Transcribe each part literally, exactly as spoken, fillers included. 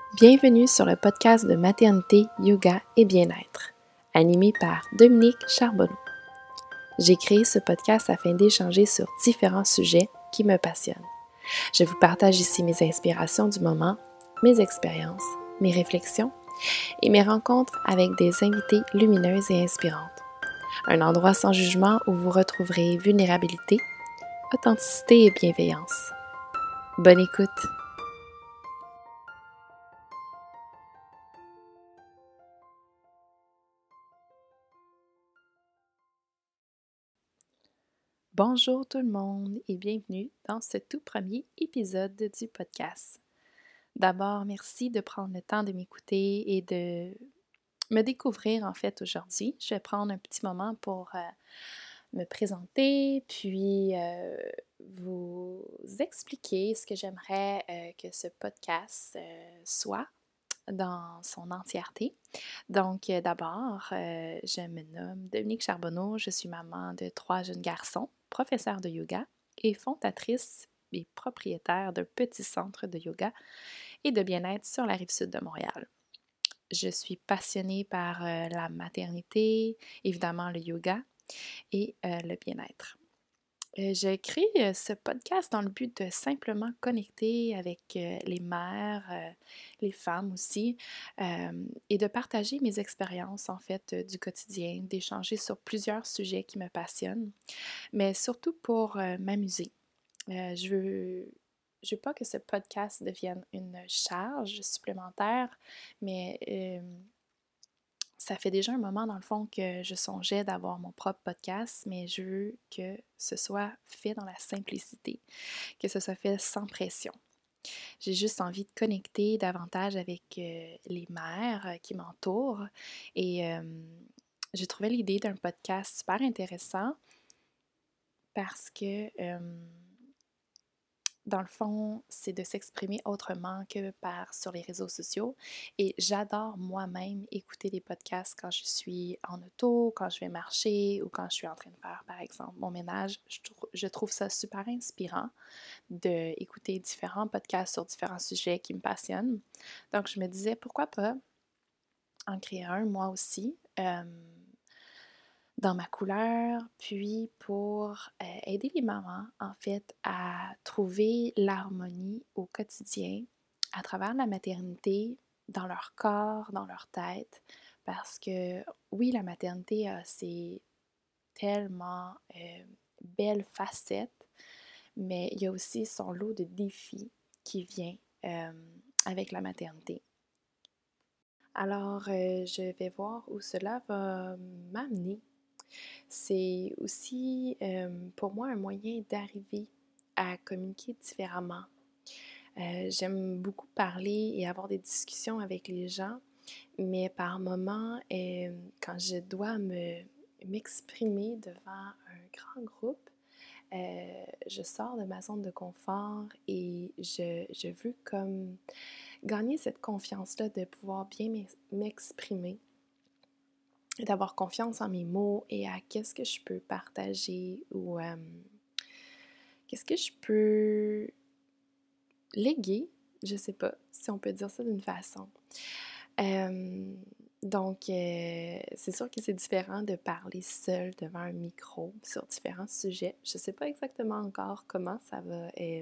Bienvenue sur le podcast de maternité, yoga et bien-être, animé par Dominique Charbonneau. J'ai créé ce podcast afin d'échanger sur différents sujets qui me passionnent. Je vous partage ici mes inspirations du moment, mes expériences, mes réflexions et mes rencontres avec des invités lumineuses et inspirantes. Un endroit sans jugement où vous retrouverez vulnérabilité, authenticité et bienveillance. Bonne écoute! Bonjour tout le monde et bienvenue dans ce tout premier épisode du podcast. D'abord, merci de prendre le temps de m'écouter et de me découvrir en fait aujourd'hui. Je vais prendre un petit moment pour euh, me présenter, puis euh, vous expliquer ce que j'aimerais euh, que ce podcast euh, soit dans son entièreté. Donc, euh, d'abord, euh, je me nomme Dominique Charbonneau, je suis maman de trois jeunes garçons, professeure de yoga et fondatrice et propriétaire d'un petit centre de yoga et de bien-être sur la rive sud de Montréal. Je suis passionnée par euh, la maternité, évidemment le yoga et euh, le bien-être. Euh, J'ai créé euh, ce podcast dans le but de simplement connecter avec euh, les mères, euh, les femmes aussi, euh, et de partager mes expériences en fait euh, du quotidien, d'échanger sur plusieurs sujets qui me passionnent, mais surtout pour euh, m'amuser. Euh, je veux, je veux pas que ce podcast devienne une charge supplémentaire, mais euh, ça fait déjà un moment, dans le fond, que je songeais d'avoir mon propre podcast, mais je veux que ce soit fait dans la simplicité, que ce soit fait sans pression. J'ai juste envie de connecter davantage avec euh, les mères euh, qui m'entourent et euh, j'ai trouvé l'idée d'un podcast super intéressant parce que euh, dans le fond, c'est de s'exprimer autrement que par sur les réseaux sociaux. Et j'adore moi-même écouter des podcasts quand je suis en auto, quand je vais marcher ou quand je suis en train de faire, par exemple, mon ménage. Je, trou- je trouve ça super inspirant d'écouter différents podcasts sur différents sujets qui me passionnent. Donc, je me disais, pourquoi pas en créer un, moi aussi. Euh, dans ma couleur, puis pour euh, aider les mamans, en fait, à trouver l'harmonie au quotidien à travers la maternité, dans leur corps, dans leur tête, parce que oui, la maternité a ses tellement euh, belles facettes, mais il y a aussi son lot de défis qui vient euh, avec la maternité. Alors, euh, je vais voir où cela va m'amener. C'est aussi euh, pour moi un moyen d'arriver à communiquer différemment. Euh, j'aime beaucoup parler et avoir des discussions avec les gens, mais par moments, euh, quand je dois me, m'exprimer devant un grand groupe, euh, je sors de ma zone de confort et je, je veux comme gagner cette confiance-là de pouvoir bien m'exprimer, d'avoir confiance en mes mots et à qu'est-ce que je peux partager ou euh, qu'est-ce que je peux léguer, je sais pas si on peut dire ça d'une façon. Euh, donc, euh, c'est sûr que c'est différent de parler seul devant un micro sur différents sujets. Je sais pas exactement encore comment ça va euh,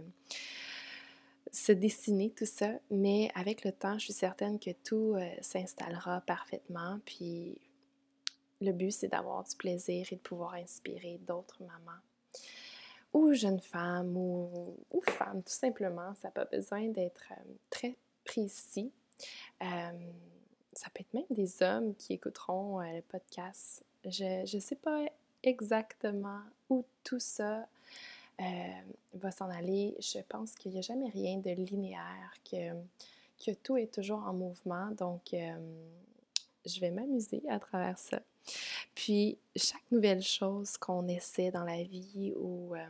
se dessiner tout ça, mais avec le temps, je suis certaine que tout euh, s'installera parfaitement, puis le but, c'est d'avoir du plaisir et de pouvoir inspirer d'autres mamans ou jeunes femmes ou, ou femmes, tout simplement. Ça n'a pas besoin d'être euh, très précis. Euh, ça peut être même des hommes qui écouteront euh, le podcast. Je ne sais pas exactement où tout ça euh, va s'en aller. Je pense qu'il n'y a jamais rien de linéaire, que, que tout est toujours en mouvement. Donc, euh, je vais m'amuser à travers ça. Puis, chaque nouvelle chose qu'on essaie dans la vie ou euh,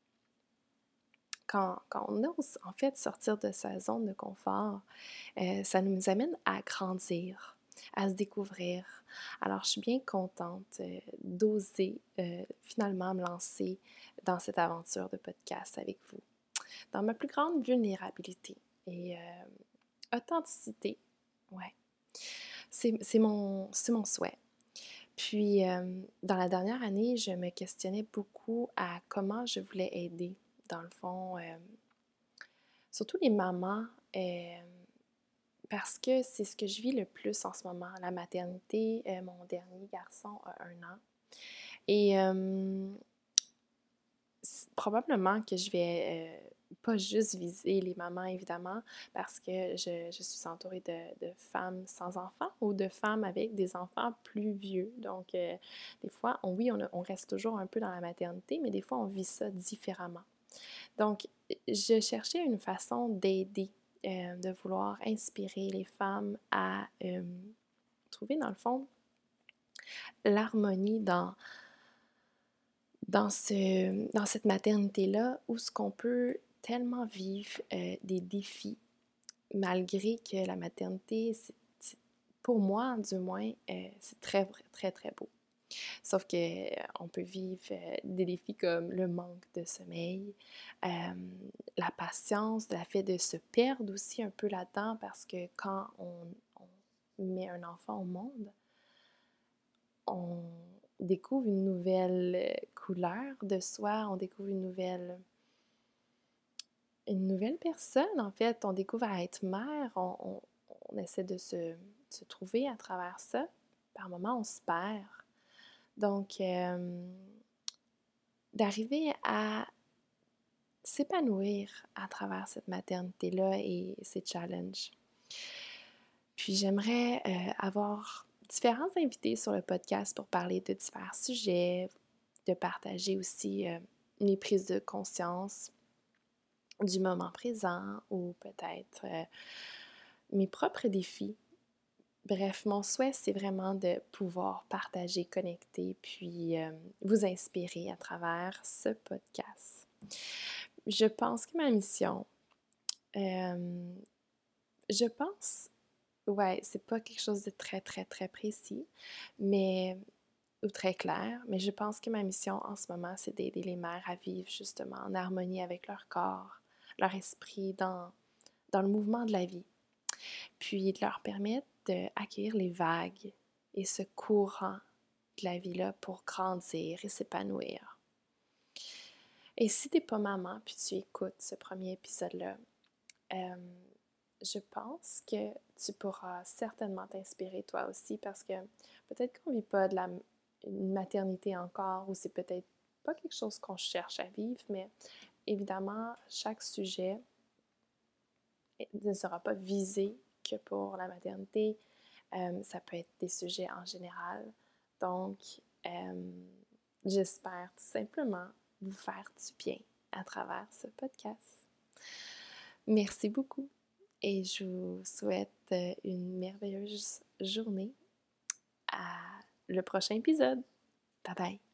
quand, quand on ose en fait sortir de sa zone de confort, euh, ça nous amène à grandir, à se découvrir. Alors, je suis bien contente euh, d'oser euh, finalement me lancer dans cette aventure de podcast avec vous, dans ma plus grande vulnérabilité. Et euh, Authenticité, ouais. C'est c'est mon c'est mon souhait. Puis, hem, dans la dernière année, je me questionnais beaucoup à comment je voulais aider. Dans le fond, hem, surtout les mamans, hem, parce que c'est ce que je vis le plus en ce moment, la maternité. Heu, mon dernier garçon a un an et hem, s probablement que je vais, heu, pas juste viser les mamans évidemment, parce que je je suis entourée de de femmes sans enfants ou de femmes avec des enfants plus vieux. Donc, heu, des fois, on oui, on a on reste toujours un peu dans la maternité, mais des fois, on vit ça différemment. Donc, je cherchais une façon d'aider, heu, de vouloir inspirer les femmes à, hem, trouver dans le fond l'harmonie dans dans ce dans cette maternité-là où ce qu'on peut tellement vivre, heu, des défis malgré que la maternité, c'est c'est pour moi du moins, heu, c'est très vrai très, très beau. Sauf que, heu, on peut vivre, heu, des défis comme le manque de sommeil, hem, la patience, le fait de se perdre aussi un peu là-dedans parce que quand on on met un enfant au monde, on découvre une nouvelle, heu, couleur de soi, on découvre une nouvelle une nouvelle personne, en fait. On découvre à être mère, on on on essaie de se se trouver à travers ça. Par moments, on se perd. Donc, hem, d'arriver à s'épanouir à travers cette maternité-là et ces challenges. Puis j'aimerais, heu, avoir différents invités sur le podcast pour parler de divers sujets, de partager aussi, heu, mes prises de conscience du moment présent ou peut-être, heu, mes propres défis. Bref, mon souhait, c'est vraiment de pouvoir partager, connecter, puis, hem, vous inspirer à travers ce podcast. Je pense que ma mission, hem, je pense ouais, c'est pas quelque chose de très, très, très précis, mais ou très clair, mais je pense que ma mission en ce moment, c'est d'aider les mères à vivre justement en harmonie avec leur corps, leur esprit dans dans le mouvement de la vie, puis de leur permettre d'accueillir les vagues et ce courant de la vie-là pour grandir et s'épanouir. Et si t'es pas maman, puis tu écoutes ce premier épisode-là, euh, je pense que tu pourras certainement t'inspirer toi aussi parce que peut-être qu'on vit pas de la une maternité encore ou c'est peut-être pas quelque chose qu'on cherche à vivre, mais évidemment, chaque sujet ne sera pas visé que pour la maternité. Euh, ça peut être des sujets en général. Donc, euh, j'espère tout simplement vous faire du bien à travers ce podcast. Merci beaucoup et je vous souhaite une merveilleuse journée à le prochain épisode. Bye bye!